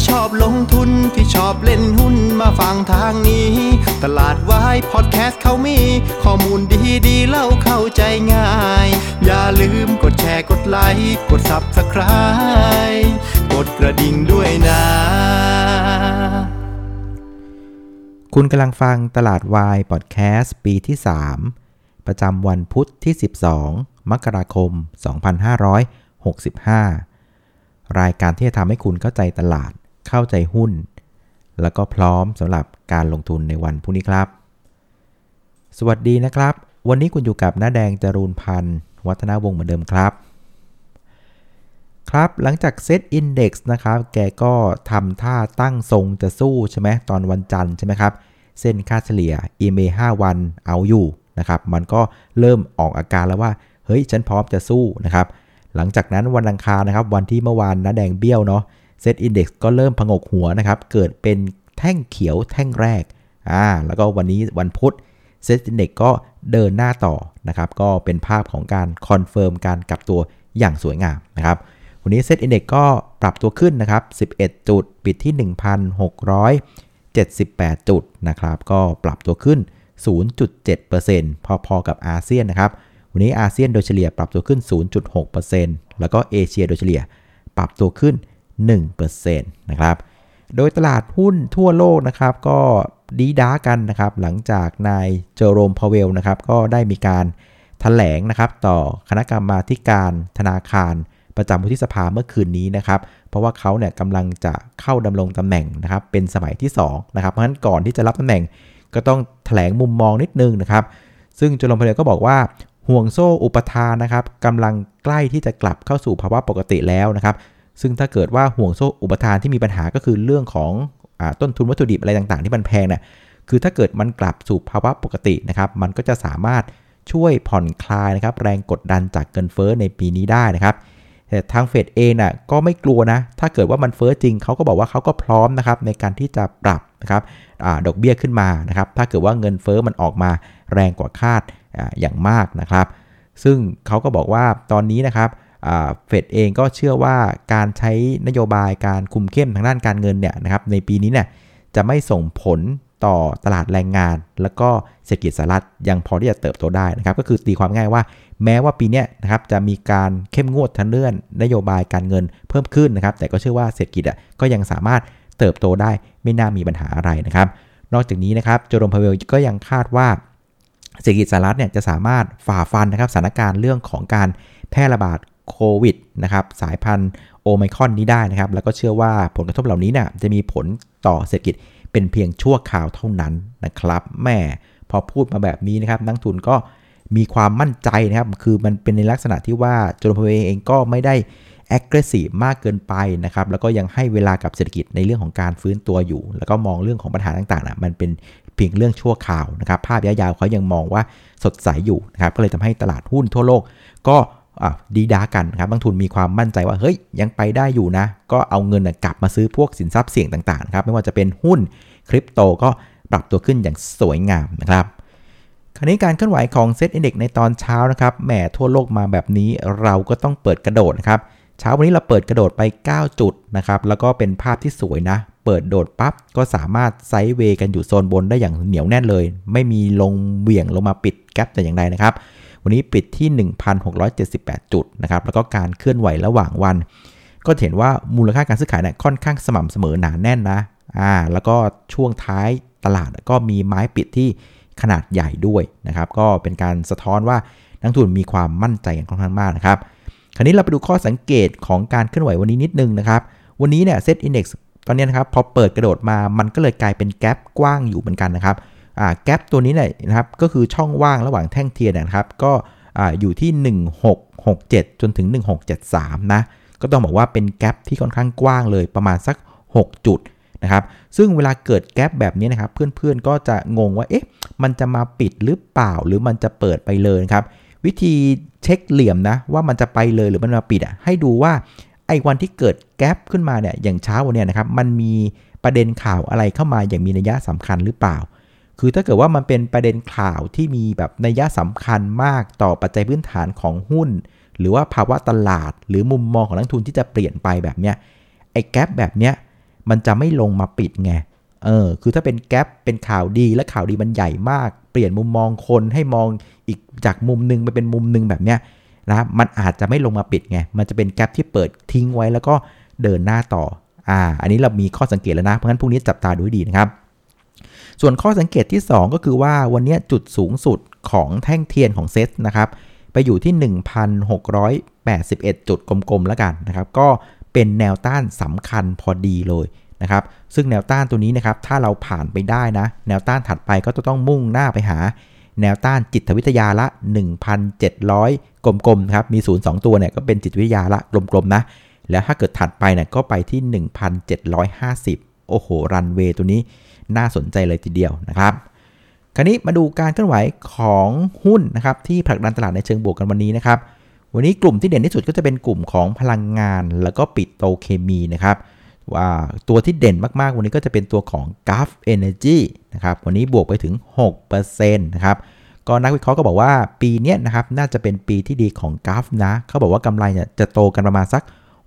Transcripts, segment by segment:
ที่ชอบลงทุนที่ชอบเล่นหุ้นมาฟังทางนี้ตลาดวายพอดแคสต์เขามีข้อมูลดีๆเล่าเข้าใจง่ายอย่าลืมกดแชร์กดไลค์กด Subscribe กดกระดิ่งด้วยนะคุณกำลังฟังตลาดวายพอดแคสต์ปีที่3ประจำวันพุธที่12มกราคม2565รายการที่จะทำให้คุณเข้าใจตลาดเข้าใจหุ้นแล้วก็พร้อมสำหรับการลงทุนในวันพรุ่งนี้ครับสวัสดีนะครับวันนี้คุณอยู่กับน้าแดงจรูนพันธ์วัฒนาวงศ์เหมือนเดิมครับหลังจากเซตอินเด็กซ์นะครับแกก็ทำท่าตั้งทรงจะสู้ใช่ไหมตอนวันจันทร์ใช่ไหมครับเส้นค่าเฉลี่ย EMA 5 วันเอาอยู่นะครับมันก็เริ่มออกอาการแล้วว่าเฮ้ยฉันพร้อมจะสู้นะครับหลังจากนั้นวันอังคารนะครับวันที่เมื่อวานน้าแดงเบี้ยวเนาะเซตอินเด็กซ์ก็เริ่มผงกหัวนะครับเกิดเป็นแท่งเขียวแท่งแรกแล้วก็วันนี้วันพุธเซตอินเด็กซ์ก็เดินหน้าต่อนะครับก็เป็นภาพของการคอนเฟิร์มการกลับตัวอย่างสวยงามนะครับวันนี้เซตอินเด็กซ์ก็ปรับตัวขึ้นนะครับ11จุดปิดที่ 1,678 จุดนะครับก็ปรับตัวขึ้น 0.7% พอๆกับอาเซียนนะครับวันนี้อาเซียนโดยเฉลี่ยปรับตัวขึ้น 0.6% แล้วก็เอเชียโดยเฉลี่ยปรับตัวขึ้น 1% นะครับโดยตลาดหุ้นทั่วโลกนะครับก็ดีด้ากันนะครับหลังจากนายเจอโรมพาเวลนะครับก็ได้มีการแถลงนะครับต่อคณะกรรมาธิการธนาคารประจำวุฒิสภาเมื่อคืนนี้นะครับเพราะว่าเขาเนี่ยกำลังจะเข้าดำรงตำแหน่งนะครับเป็นสมัยที่2นะครับเพราะฉะนั้นก่อนที่จะรับตำแหน่งก็ต้องแถลงมุมมองนิดนึงนะครับซึ่งเจอโรมพาเวลก็บอกว่าห่วงโซ่อุปทานนะครับกำลังใกล้ที่จะกลับเข้าสู่ภาวะปกติแล้วนะครับซึ่งถ้าเกิดว่าห่วงโซ่อุปทานที่มีปัญหาก็คือเรื่องของต้นทุนวัตถุดิบอะไรต่างๆที่มันแพงเนี่ยคือถ้าเกิดมันกลับสู่ภาวะปกตินะครับมันก็จะสามารถช่วยผ่อนคลายนะครับแรงกดดันจากเงินเฟ้อในปีนี้ได้นะครับแต่ทางเฟดเองน่ะก็ไม่กลัวนะถ้าเกิดว่ามันเฟ้อจริงเขาก็บอกว่าเขาก็พร้อมนะครับในการที่จะปรับนะครับดอกเบี้ยขึ้นมานะครับถ้าเกิดว่าเงินเฟ้อมันออกมาแรงกว่าคาดอย่างมากนะครับซึ่งเขาก็บอกว่าตอนนี้นะครับเฟดเองก็เชื่อว่าการใช้นโยบายการคุมเข้มทางด้านการเงินเนี่ยนะครับในปีนี้เนี่ยจะไม่ส่งผลต่อตลาดแรงงานแล้วก็เศรษฐกิจสหรัฐยังพอที่จะเติบโตได้นะครับก็คือตีความง่ายว่าแม้ว่าปีนี้นะครับจะมีการเข้มงวดทางเรื่องนโยบายการเงินเพิ่มขึ้นนะครับแต่ก็เชื่อว่าเศรษฐกิจก็ยังสามารถเติบโตได้ไม่น่ามีปัญหาอะไรนะครับนอกจากนี้นะครับเจอโรมพาเวลก็ยังคาดว่าเศรษฐกิจสหรัฐเนี่ยจะสามารถฝ่าฟันนะครับสถานการณ์เรื่องของการแพร่ระบาดโควิดนะครับสายพันธุ์โอไมครอนนี้ได้นะครับแล้วก็เชื่อว่าผลกระทบเหล่านี้เนี่ยจะมีผลต่อเศรษฐกิจเป็นเพียงชั่วคราวเท่านั้นนะครับแม่พอพูดมาแบบนี้นะครับนักทุนก็มีความมั่นใจนะครับคือมันเป็นในลักษณะที่ว่าเจอโรมพาเวลเองก็ไม่ได้aggressive มากเกินไปนะครับแล้วก็ยังให้เวลากับเศรษฐกิจในเรื่องของการฟื้นตัวอยู่แล้วก็มองเรื่องของปัญหาต่างๆนะมันเป็นเพียงเรื่องชั่วคราวนะครับภาพระยะยาวเขายังมองว่าสดใสอยู่นะครับก็เลยทำให้ตลาดหุ้นทั่วโลกก็ดีด้ากันนะครับนักทุนมีความมั่นใจว่าเฮ้ยยังไปได้อยู่นะก็เอาเงินกลับมาซื้อพวกสินทรัพย์เสี่ยงต่างๆนะครับไม่ว่าจะเป็นหุ้นคริปโตก็ปรับตัวขึ้นอย่างสวยงามนะครับคราวนี้การเคลื่อนไหวของเซ็ตอินเด็กซ์ในตอนเช้านะครับแหมทั่วโลกมาแบบนี้เราก็ต้องเปิดกระโดดนะครับเช้าวันนี้เราเปิดกระโดดไป9จุดนะครับแล้วก็เป็นภาพที่สวยนะเปิดโดดปั๊บก็สามารถไซด์เวย์กันอยู่โซนบนได้อย่างเหนียวแน่นเลยไม่มีลงเหวี่ยงลงมาปิดแกปแต่อย่างใดนะครับวันนี้ปิดที่ 1,678 จุดนะครับแล้วก็การเคลื่อนไหวระหว่างวันก็เห็นว่ามูลค่าการซื้อขายเนี่ยค่อนข้างสม่ำเสมอหนาแน่นนะแล้วก็ช่วงท้ายตลาดก็มีไม้ปิดที่ขนาดใหญ่ด้วยนะครับก็เป็นการสะท้อนว่านักทุนมีความมั่นใจกันค่อนข้างมากนะครับคราวนี้เราไปดูข้อสังเกตของการเคลื่อนไหววันนี้นิดนึงนะครับวันนี้เนี่ยเซ็ตอินเด็กซ์ตอนนี้นะครับพอเปิดกระโดดมามันก็เลยกลายเป็นแกปกว้างอยู่เหมือนกันนะครับแกปตัวนี้เนี่ยนะครับก็คือช่องว่างระหว่างแท่งเทียนนะครับก็อยู่ที่1667จนถึง1673นะก็ต้องบอกว่าเป็นแกปที่ค่อนข้างกว้างเลยประมาณสัก6จุดนะครับซึ่งเวลาเกิดแกปแบบนี้นะครับเพื่อนๆก็จะงงว่าเอ๊ะมันจะมาปิดหรือเปล่าหรือมันจะเปิดไปเลยครับวิธีเช็คเหลี่ยมนะว่ามันจะไปเลยหรือมันมาปิดให้ดูว่าไอ้วันที่เกิดแกปขึ้นมาเนี่ยอย่างเช้าวันนี้นะครับมันมีประเด็นข่าวอะไรเข้ามาอย่างมีนัยสำคัญหรือเปล่าคือถ้าเกิดว่ามันเป็นประเด็นข่าวที่มีแบบนัยสำคัญมากต่อปัจจัยพื้นฐานของหุ้นห หรือว่าภาวะตลาดหรือมุมมองของนักทุนที่จะเปลี่ยนไปแบบเนี้ยไอ้แกปแบบเนี้ยมันจะไม่ลงมาปิดไงคือถ้าเป็นแก๊ปเป็นข่าวดีและข่าวดีมันใหญ่มากเปลี่ยนมุมมองคนให้มองอีกจากมุมนึงไปเป็นมุมนึงแบบเนี้ยนะมันอาจจะไม่ลงมาปิดไงมันจะเป็นแก๊ปที่เปิดทิ้งไว้แล้วก็เดินหน้าต่ออันนี้เรามีข้อสังเกตแล้วนะเพราะฉะนั้นพรุ่งนี้จับตาดูให้ดีนะครับส่วนข้อสังเกตที่2ก็คือว่าวันนี้จุดสูงสุดของแท่งเทียนของเซตนะครับไปอยู่ที่ 1,681 จุดกลมๆแล้วกันนะครับก็เป็นแนวต้านสำคัญพอดีเลยนะครับซึ่งแนวต้านตัวนี้นะครับถ้าเราผ่านไปได้นะแนวต้านถัดไปก็จะต้องมุ่งหน้าไปหาแนวต้านจิตวิทยาละ 1,700 กลมๆครับมี0 2ตัวเนี่ยก็เป็นจิตวิทยาละกลมๆนะแล้วถ้าเกิดถัดไปเนี่ยก็ไปที่ 1,750 โอ้โหรันเวย์ตัวนี้น่าสนใจเลยทีเดียวนะครับคราวนี้มาดูการเคลื่อนไหวของหุ้นนะครับที่ผลักดันตลาดในเชิงบวกกันวันนี้นะครับวันนี้กลุ่มที่เด่นที่สุดก็จะเป็นกลุ่มของพลังงานแล้วก็ปิโตรเคมีนะครับว่าตัวที่เด่นมากๆวันนี้ก็จะเป็นตัวของ Gulf Energy นะครับวันนี้บวกไปถึง 6% นะครับก็นักวิเคราะห์ก็บอกว่าปีนี้นะครับน่าจะเป็นปีที่ดีของ Gulf นะเขาบอกว่ากำไรเนี่ยจะโตกันประมาณสัก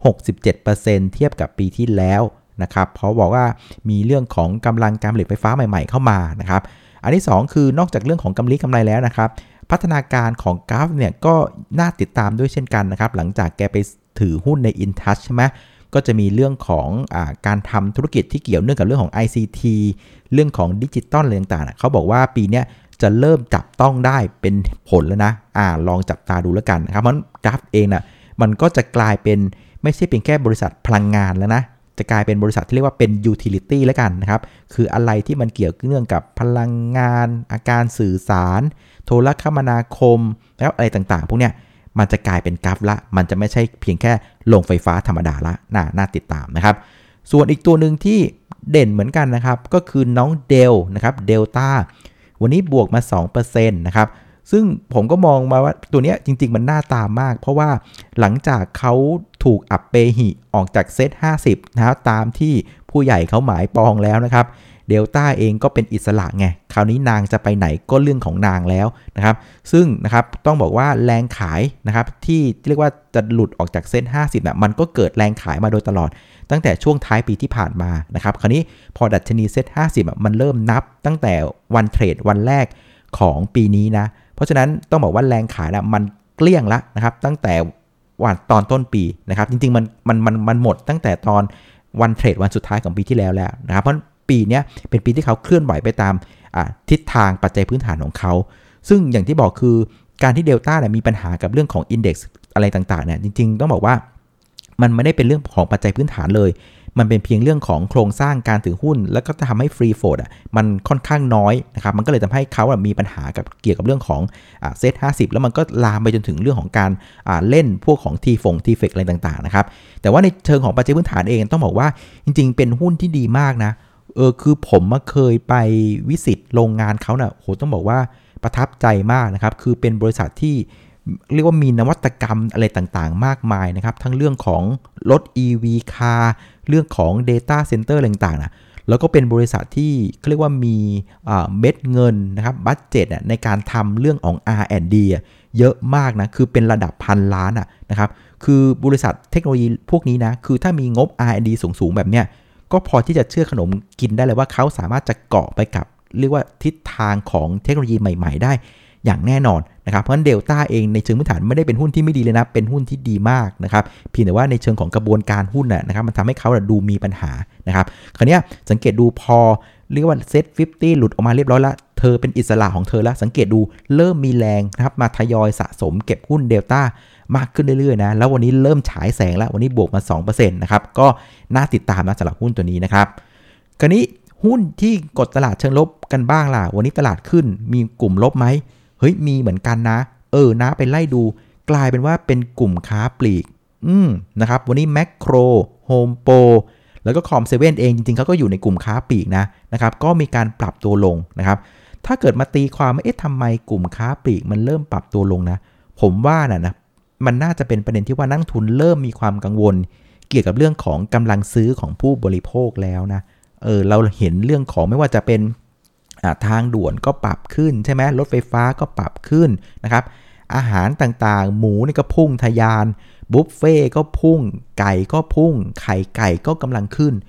67% เทียบกับปีที่แล้วนะครับเพราะบอกว่ามีเรื่องของกำลังการผลิตไฟฟ้าใหม่ๆเข้ามานะครับอันที่2คือนอกจากเรื่องของกำไรแล้วนะครับพัฒนาการของกราฟเนี่ยก็น่าติดตามด้วยเช่นกันนะครับหลังจากแกไปถือหุ้นใน InTouch ใช่ไหมก็จะมีเรื่องของการทำธุรกิจที่เกี่ยวเนื่องกับเรื่องของ ICT เรื่องของดิจิตอลอะไรต่างๆเขาบอกว่าปีนี้จะเริ่มจับต้องได้เป็นผลแล้วนะลองจับตาดูแล้วกันนะครับเพราะกราฟเองนะมันก็จะกลายเป็นไม่ใช่เพียงแค่บริษัทพลังงานแล้วนะจะกลายเป็นบริษัทที่เรียกว่าเป็น utility แล้วกันนะครับคืออะไรที่มันเกี่ยวเนื่องกับพลังงานอาการสื่อสารโทรคมนาคมแล้วอะไรต่างๆพวกเนี้ยมันจะกลายเป็นกราฟละมันจะไม่ใช่เพียงแค่โรงไฟฟ้าธรรมดาละน่าติดตามนะครับส่วนอีกตัวหนึ่งที่เด่นเหมือนกันนะครับก็คือน้องเดลนะครับเดลต้าวันนี้บวกมา 2% นะครับซึ่งผมก็มองมาว่าตัวนี้จริงๆมันน่าตามมากเพราะว่าหลังจากเขาถูกอัปเปหิออกจากเซต50นะครับตามที่ผู้ใหญ่เขาหมายปองแล้วนะครับเดลต้าเองก็เป็นอิสระไงคราวนี้นางจะไปไหนก็เรื่องของนางแล้วนะครับซึ่งนะครับต้องบอกว่าแรงขายนะครับที่เรียกว่าจะหลุดออกจากเซต50มันก็เกิดแรงขายมาโดยตลอดตั้งแต่ช่วงท้ายปีที่ผ่านมานะครับคราวนี้พอดัชนีเซต50มันเริ่มนับตั้งแต่วันเทรดวันแรกของปีนี้นะเพราะฉะนั้นต้องบอกว่าแรงขายมันเกลี้ยงละนะครับตั้งแต่วันตอนต้นปีนะครับจริงๆมันหมดตั้งแต่ตอนวันเทรดวันสุดท้ายของปีที่แล้วนะครับเพราะปีนี้เป็นปีที่เขาเคลื่อนไหวไปตามทิศทางปัจจัยพื้นฐานของเขาซึ่งอย่างที่บอกคือการที่เดลต้ามีปัญหากับเรื่องของอินเด็กซ์อะไรต่างๆเนี่ยจริงๆต้องบอกว่ามันไม่ได้เป็นเรื่องของปัจจัยพื้นฐานเลยมันเป็นเพียงเรื่องของโครงสร้างการถือหุ้นแล้วก็ทำให้ฟรีโฟลดมันค่อนข้างน้อยนะครับมันก็เลยทำให้เขามีปัญหากับเกี่ยวกับเรื่องของเซต50แล้วมันก็ลามไปจนถึงเรื่องของการเล่นพวกของทีเฟกอะไรต่างๆนะครับแต่ว่าในเชิงของปัจจัยพื้นฐานเองต้องบอกว่าจริงๆเป็นหุ้นที่ดีมากนะคือผมเคยไปวิสิตโรงงานเขานะโหต้องบอกว่าประทับใจมากนะครับคือเป็นบริษัทที่เรียกว่ามีนวัตกรรมอะไรต่างๆมากมายนะครับทั้งเรื่องของรถ EV car เรื่องของ data center อะไรต่างๆนะแล้วก็เป็นบริษัทที่เรียกว่ามีเม็ดเงินนะครับบัดเจ็ตในการทำเรื่องของ R&D เยอะมากนะคือเป็นระดับพันล้านนะครับคือบริษัทเทคโนโลยีพวกนี้นะคือถ้ามีงบ R&D สูงๆแบบเนี้ยก็พอที่จะเชื่อขนมกินได้เลยว่าเขาสามารถจะเกาะไปกับเรียกว่าทิศทางของเทคโนโลยีใหม่ๆได้อย่างแน่นอนนะครับเพราะฉะนั้นเดลต้าเองในเชิงพื้นฐานไม่ได้เป็นหุ้นที่ไม่ดีเลยนะเป็นหุ้นที่ดีมากนะครับเพียงแต่ว่าในเชิงของกระบวนการหุ้นนะครับมันทำให้เขาดูมีปัญหานะครับคราวนี้สังเกตดูพอเรียกว่าเซ็ต50หลุดออกมาเรียบร้อยแล้วเธอเป็นอิสระของเธอแล้วสังเกตดูเริ่มมีแรงนะครับมาทยอยสะสมเก็บหุ้นเดลต้ามากขึ้นเรื่อยๆนะแล้ววันนี้เริ่มฉายแสงแล้ววันนี้บวกมา 2% นะครับก็น่าติดตามนะสำหรับหุ้นตัวนี้นะครับคราวนี้หุ้นที่กดตลาดเชิงลบกันบ้างล่ะวันนี้ตลาดขึ้นมีกลุ่มลบไหมเฮ้ยมีเหมือนกันนะนะไปไล่ดูกลายเป็นว่าเป็นกลุ่มค้าปลีกนะครับวันนี้แมคโครโฮมโปรแล้วก็คอมเซเว่นเองจริงๆเขาก็อยู่ในกลุ่มค้าปลีกนะครับก็มีการปรับตัวลงนะครับถ้าเกิดมาตีความว่าทำไมกลุ่มค้าปลีกมันเริ่มปรับตัวลงนะผมว่านะมันน่าจะเป็นประเด็นที่ว่านักทุนเริ่มมีความกังวลเกี่ยวกับเรื่องของกำลังซื้อของผู้บริโภคแล้วนะเราเห็นเรื่องของไม่ว่าจะเป็นทางด่วนก็ปรับขึ้นใช่ไหมรถไฟฟ้าก็ปรับขึ้นนะครับอาหารต่างๆหมูนี่ก็พุ่งทะยานบุฟเฟ่ก็พุ่งไก่ก็พุ่งไข่ไก่ก็กำลังขึ้นผ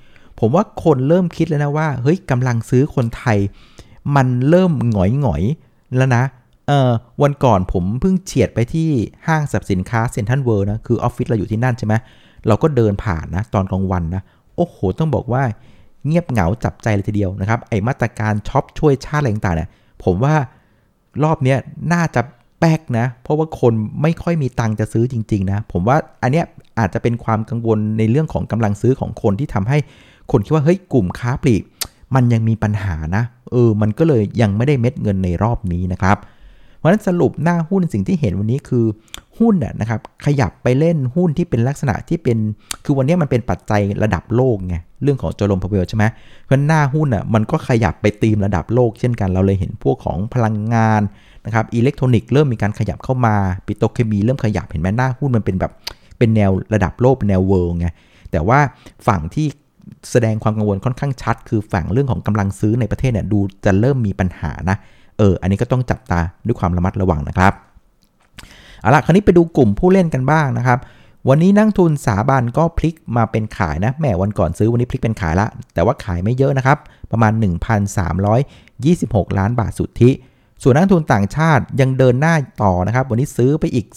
ผมว่าคนเริ่มคิดแล้วนะว่าเฮ้ยกำลังซื้อคนไทยมันเริ่มหงอยๆแล้วนะวันก่อนผมเพิ่งเฉียดไปที่ห้างสรรพสินค้าเซ็นทรัลเวิลด์นะคือออฟฟิศเราอยู่ที่นั่นใช่ไหมเราก็เดินผ่านนะตอนกลางวันนะโอ้โหต้องบอกว่าเงียบเหงาจับใจเลยทีเดียวนะครับไอมาตรการช็อปช่วยชาติอะไรต่างๆเนี่ยผมว่ารอบนี้น่าจะแป๊กนะเพราะว่าคนไม่ค่อยมีตังค์จะซื้อจริงๆนะผมว่าอันเนี้ยอาจจะเป็นความกังวลในเรื่องของกำลังซื้อของคนที่ทำให้คนคิดว่าเฮ้ยกลุ่มค้าปลีกมันยังมีปัญหานะมันก็เลยยังไม่ได้เม็ดเงินในรอบนี้นะครับเพราะฉะนั้นสรุปหน้าหุ้นสิ่งที่เห็นวันนี้คือหุ้นนะครับขยับไปเล่นหุ้นที่เป็นลักษณะที่เป็นคือวันนี้มันเป็นปัจจัยระดับโลกไงเรื่องของโจโรมพาเวลใช่ไหมเพราะหน้าหุ้นมันก็ขยับไปตีมระดับโลกเช่นกันเราเลยเห็นพวกของพลังงานนะครับอิเล็กทรอนิกส์เริ่มมีการขยับเข้ามาปิโตรเคมีเริ่มขยับเห็นไหมหน้าหุ้นมันเป็นแบบเป็นแนวระดับโลกเป็นแนวเวิลด์ไงแต่ว่าฝั่งที่แสดงความกังวลค่อนข้างชัดคือฝั่งเรื่องของกำลังซื้อในประเทศเนี่ยดูจะเริ่มมีปัญหานะอันนี้ก็ต้องจับตาด้วยความระมัดระวังนะครับเอาล่ะคราวนี้ไปดูกลุ่มผู้เล่นกันบ้างนะครับวันนี้นักทุนสถาบันก็พลิกมาเป็นขายนะแม่วันก่อนซื้อวันนี้พลิกเป็นขายละแต่ว่าขายไม่เยอะนะครับประมาณ 1,326 ล้านบาทสุทธิส่วนนักทุนต่างชาติยังเดินหน้าต่อนะครับวันนี้ซื้อไปอีก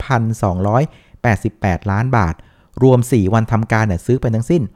2,288 ล้านบาทรวม4วันทำการเนี่ยซื้อไปทั้งสิ้น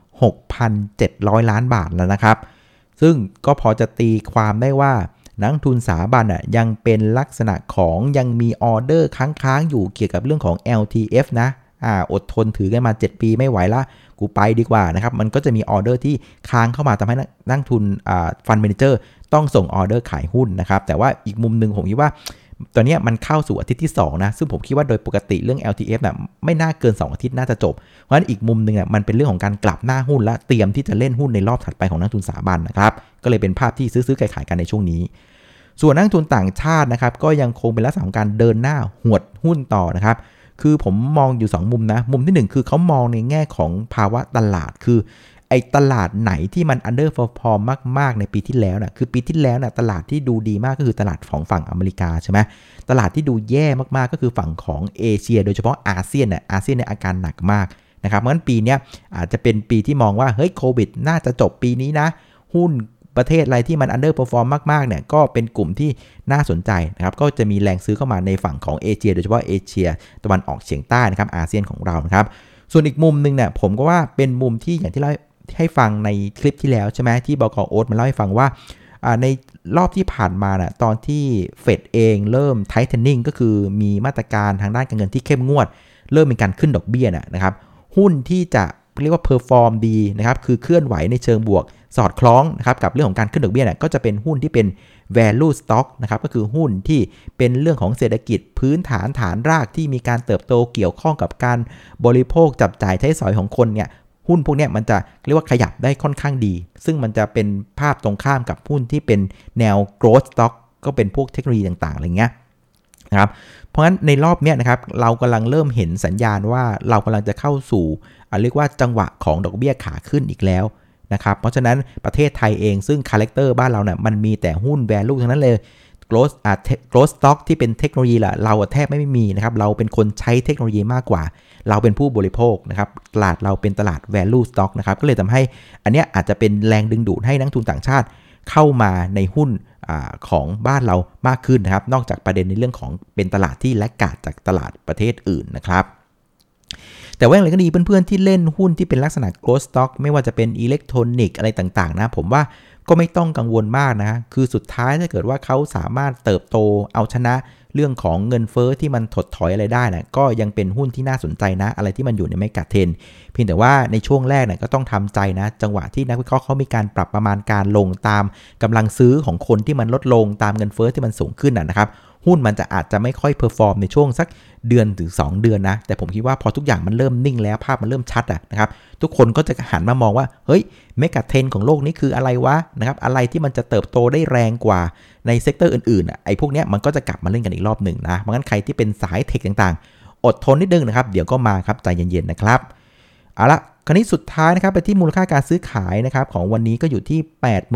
6,700 ล้านบาทแล้วนะครับซึ่งก็พอจะตีความได้ว่านักทุนสถาบันยังเป็นลักษณะของยังมีออเดอร์ค้างๆอยู่เกี่ยวกับเรื่องของ LTF นะอดทนถือกันมา7ปีไม่ไหวละกูไปดีกว่านะครับมันก็จะมีออเดอร์ที่ค้างเข้ามาทำให้นักทุนฟันเมเนเจอร์ต้องส่งออเดอร์ขายหุ้นนะครับแต่ว่าอีกมุมนึงผมคิดว่าตอนนี้มันเข้าสู่อาทิตย์ที่2นะซึ่งผมคิดว่าโดยปกติเรื่อง LTF น่ะไม่น่าเกิน2อาทิตย์น่าจะจบเพราะฉะนั้นอีกมุมนึงมันเป็นเรื่องของการกลับหน้าหุ้นและเตรียมที่จะเล่นหุ้นในรอบถัดไปของนักทุนสถาบันนะครับก็เลยเป็นภาพที่ซื้อๆขายๆกันในช่วงนี้ส่วนนักทุนต่างชาตินะครับก็ยังคงเป็นลักษณะของการเดินหน้าหวดหุ้นต่อนะครับคือผมมองอยู่2มุมนะมุมที่1คือเขามองในแง่ของภาวะตลาดคือไอ้ตลาดไหนที่มัน underperform มากๆในปีที่แล้วนะคือปีที่แล้วนะตลาดที่ดูดีมากก็คือตลาดของฝั่งอเมริกาใช่ไหมตลาดที่ดูแย่มากๆก็คือฝั่งของเอเชียโดยเฉพาะอาเซียนอาเซียนในอาการหนักมากนะครับเพราะฉะนั้นปีนี้อาจจะเป็นปีที่มองว่าเฮ้ยโควิดน่าจะจบปีนี้นะหุ้นประเทศอะไรที่มัน underperform มากๆเนี่ยก็เป็นกลุ่มที่น่าสนใจนะครับก็จะมีแรงซื้อเข้ามาในฝั่งของเอเชียโดยเฉพาะเอเชียตะวันออกเฉียงใต้นะครับอาเซียนของเรานะครับส่วนอีกมุมนึงเนี่ยผมก็ว่าเป็นมุมที่อย่างที่เราให้ฟังในคลิปที่แล้วใช่ไหมที่บก.โอ๊ตมาเล่าให้ฟังว่าในรอบที่ผ่านมาน่ะตอนที่เฟดเองเริ่ม tightening ก็คือมีมาตรการทางด้านการเงินที่เข้มงวดเริ่มมีการขึ้นดอกเบี้ยนะครับหุ้นที่จะเรียกว่า perform ดีนะครับคือเคลื่อนไหวในเชิงบวกสอดคล้องนะครับกับเรื่องของการขึ้นดอกเบี้ยก็จะเป็นหุ้นที่เป็น value stock นะครับก็คือหุ้นที่เป็นเรื่องของเศรษฐกิจพื้นฐานรากที่มีการเติบโตเกี่ยวข้องกับการบริโภคจับจ่ายใช้สอยของคนเนี่ยหุ้นพวกนี้มันจะเรียกว่าขยับได้ค่อนข้างดีซึ่งมันจะเป็นภาพตรงข้ามกับหุ้นที่เป็นแนว growth stock ก็เป็นพวกเทคโนโลยีต่างๆอะไรเงี้ยนะครับเพราะฉะนั้นในรอบนี้นะครับเรากำลังเริ่มเห็นสัญญาณว่าเรากำลังจะเข้าสู่เรียกว่าจังหวะของดอกเบี้ยขาขึ้นอีกแล้วนะครับเพราะฉะนั้นประเทศไทยเองซึ่งคาแรคเตอร์บ้านเราเนี่ยมันมีแต่หุ้น value ทั้งนั้นเลย growth stock ที่เป็นเทคโนโลยีล่ะเราแทบไม่มีนะครับเราเป็นคนใช้เทคโนโลยีมากกว่าเราเป็นผู้บริโภคนะครับตลาดเราเป็นตลาด value stock นะครับก็เลยทำให้อันเนี้ยอาจจะเป็นแรงดึงดูดให้นักทุนต่างชาติเข้ามาในหุ้นของบ้านเรามากขึ้นนะครับนอกจากประเด็นในเรื่องของเป็นตลาดที่แลกขาดจากตลาดประเทศอื่นนะครับแต่ว่าอย่างไรก็ดีเพื่อนๆที่เล่นหุ้นที่เป็นลักษณะ growth stock ไม่ว่าจะเป็นอิเล็กทรอนิกส์อะไรต่างๆนะผมว่าก็ไม่ต้องกังวลมากนะคือสุดท้ายถ้าเกิดว่าเขาสามารถเติบโตเอาชนะเรื่องของเงินเฟ้อที่มันถดถอยอะไรได้นะก็ยังเป็นหุ้นที่น่าสนใจนะอะไรที่มันอยู่ในไม่กัดเทรนเพียงแต่ว่าในช่วงแรกเนี่ยก็ต้องทำใจนะจังหวะที่นักวิเคราะห์เขามีการปรับประมาณการลงตามกำลังซื้อของคนที่มันลดลงตามเงินเฟ้อที่มันสูงขึ้นนะครับหุ้นมันจะอาจจะไม่ค่อยเพอร์ฟอร์มในช่วงสักเดือนถึง2เดือนนะแต่ผมคิดว่าพอทุกอย่างมันเริ่มนิ่งแล้วภาพมันเริ่มชัดนะครับทุกคนก็จะหันมามองว่าเฮ้ยเมกะเทรนด์ของโลกนี้คืออะไรวะนะครับอะไรที่มันจะเติบโตได้แรงกว่าในเซกเตอร์อื่นๆไอ้พวกเนี้ยมันก็จะกลับมาเล่นกันอีกรอบหนึ่งนะเพราะงั้นใครที่เป็นสายเทคต่างๆอดทนนิดนึงนะครับเดี๋ยวก็มาครับใจเย็นๆนะครับเอาละคราวนี้สุดท้ายนะครับไปที่มูลค่าการซื้อขายนะครับของวันนี้ก็อยู่ที่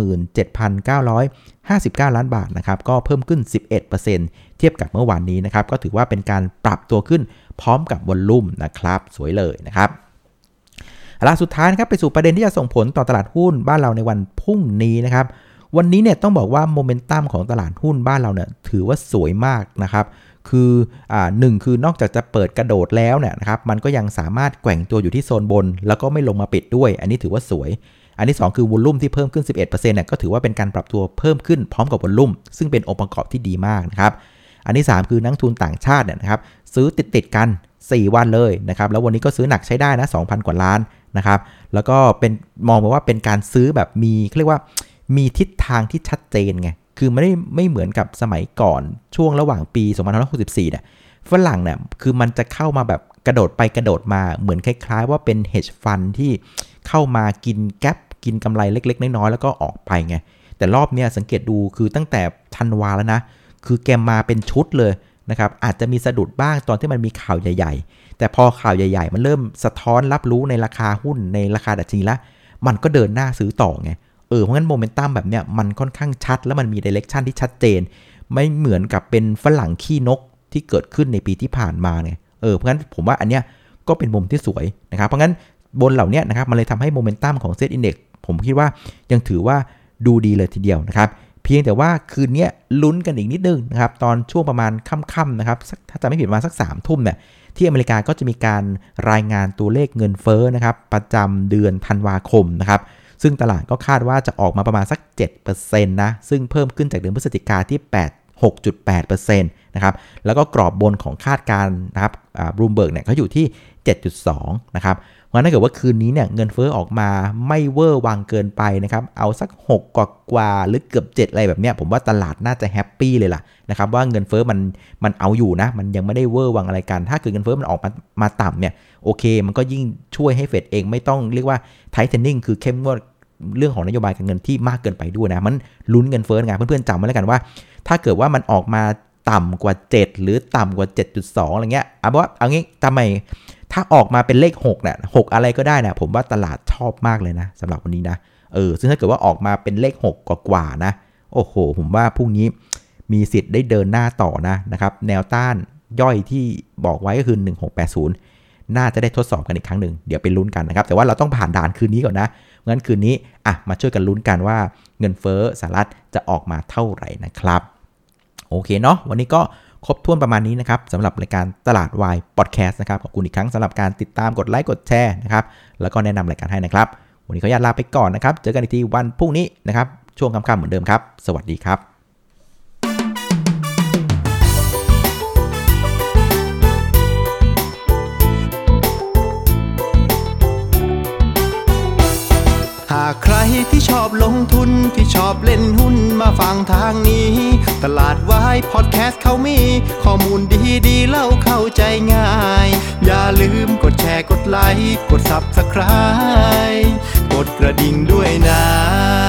87,959 ล้านบาทนะครับก็เพิ่มขึ้น 11% เทียบกับเมื่อวานนี้นะครับก็ถือว่าเป็นการปรับตัวขึ้นพร้อมกับวอลลุ่มนะครับสวยเลยนะครับสุดท้ายนะครับไปสู่ประเด็นที่จะส่งผลต่อตลาดหุ้นบ้านเราในวันพรุ่งนี้นะครับวันนี้เนี่ยต้องบอกว่าโมเมนตัมของตลาดหุ้นบ้านเราเนี่ยถือว่าสวยมากนะครับคือ1คือนอกจากจะเปิดกระโดดแล้วเนี่ยนะครับมันก็ยังสามารถแกว่งตัวอยู่ที่โซนบนแล้วก็ไม่ลงมาปิดด้วยอันนี้ถือว่าสวยอันที่2คือวอลลุ่มที่เพิ่มขึ้น 11% เนี่ยก็ถือว่าเป็นการปรับตัวเพิ่มขึ้นพร้อมกับวอลลุ่มซึ่งเป็นองค์ประกอบที่ดีมากนะครับอันที่3คือนักทุนต่างชาติเนี่ยนะครับซื้อติดกัน4วันเลยนะครับแล้ววันนี้ก็ซื้อหนักใช้ได้นะ 2,000 กว่าล้านนะครับแล้วก็เป็นมองว่าเป็นการซื้อแบบมีเรียกว่ามีทิศทางที่ชัดเจนไงคือไม่เหมือนกับสมัยก่อนช่วงระหว่างปี2564เนี่ยฝรั่งเนี่ยคือมันจะเข้ามาแบบกระโดดไปกระโดดมาเหมือนคล้ายๆว่าเป็น hedge fund ที่เข้ามากินแก๊ปกินกำไรเล็กๆน้อยๆแล้วก็ออกไปไงแต่รอบเนี้ยสังเกตดูคือตั้งแต่ธันวาแล้วนะคือแกมาเป็นชุดเลยนะครับอาจจะมีสะดุดบ้างตอนที่มันมีข่าวใหญ่ๆแต่พอข่าวใหญ่ๆมันเริ่มสะท้อนรับรู้ในราคาหุ้นในราคาดัชนีละมันก็เดินหน้าซื้อต่อไงเพราะงั้นโมเมนตัมแบบเนี้ยมันค่อนข้างชัดแล้วมันมีไดเรคชั่นที่ชัดเจนไม่เหมือนกับเป็นฝรั่งขี้นกที่เกิดขึ้นในปีที่ผ่านมาไงเพราะงั้นผมว่าอันเนี้ยก็เป็นมุมที่สวยนะครับเพราะงั้นบนเหล่านี้นะครับมันเลยทำให้โมเมนตัมของเซ็ตอินเด็กซ์ผมคิดว่ายังถือว่าดูดีเลยทีเดียวนะครับเพียงแต่ว่าคืนนี้ลุ้นกันอีกนิดนึงนะครับตอนช่วงประมาณค่ำๆนะครับถ้าจะไม่ผิดมาสัก3 ทุ่มเนี่ยที่อเมริกาก็จะมีการรายงานตัวเลขเงินเฟ้อนะครับประจำเดือนธันวาคมนะครับซึ่งตลาดก็คาดว่าจะออกมาประมาณสัก 7% นะซึ่งเพิ่มขึ้นจากเดือนพฤศจิกาที่ 6.8% นะครับแล้วก็กรอบบนของคาดการณ์นะครับบลูมเบิร์กเนี่ยเขาอยู่ที่ 7.2 นะครับเพราะถ้าเกิดว่าคืนนี้เนี่ยเงินเฟ้อออกมาไม่เวอร์วังเกินไปนะครับเอาสัก6กว่าหรือเกือบ7อะไรแบบเนี้ยผมว่าตลาดน่าจะแฮปปี้เลยล่ะนะครับว่าเงินเฟ้อมันเอาอยู่นะมันยังไม่ได้เวอร์วังอะไรกันถ้าเกิดเงินเฟ้อมันออกมาต่ำเนี่ยโอเคมันก็ยิ่งช่วยให้เฟดเองไม่ต้องเรียกว่าไทเทนนิ่งคือเข้มงวดเรื่องของนโยบายการเงินที่มากเกินไปด้วยนะมันลุ้นเงินเฟ้อไงเพื่อนๆจำไว้แล้วกันว่าถ้าเกิดว่ามันออกมาต่ำกว่า7หรือต่ำกว่า 7.2 อะไรเงี้ยเอางี้ทำไมถ้าออกมาเป็นเลข6เนี่ย6อะไรก็ได้นะผมว่าตลาดชอบมากเลยนะสำหรับวันนี้นะซึ่งถ้าเกิดว่าออกมาเป็นเลข6กว่านะโอ้โหผมว่าพรุ่งนี้มีสิทธิ์ได้เดินหน้าต่อนะครับแนวต้านย่อยที่บอกไว้ก็คือ1680น่าจะได้ทดสอบกันอีกครั้งหนึ่งเดี๋ยวไปลุ้นกันนะครับแต่ว่าเราต้องผ่านด่านคืนนี้ก่อนนะงั้นคืนนี้มาช่วยกันลุ้นกันว่าเงินเฟ้อสหรัฐจะออกมาเท่าไหร่นะครับโอเคเนาะวันนี้ก็ครบถ้วนประมาณนี้นะครับสำหรับรายการตลาดวายพอดแคสต์นะครับขอบคุณอีกครั้งสำหรับการติดตามกดไลค์กดแชร์นะครับแล้วก็แนะนำรายการให้นะครับวันนี้ขออนุญาตลาไปก่อนนะครับเจอกันอีกทีวันพรุ่งนี้นะครับช่วงค่ำๆเหมือนเดิมครับสวัสดีครับหากใครที่ชอบลงทุนที่ชอบเล่นหุ้นมาฟังทางนี้ตลาดวายพอดแคสต์เขามีข้อมูลดีๆเล่าเข้าใจง่ายอย่าลืมกดแชร์กดไลค์กด Subscribe กดกระดิ่งด้วยนะ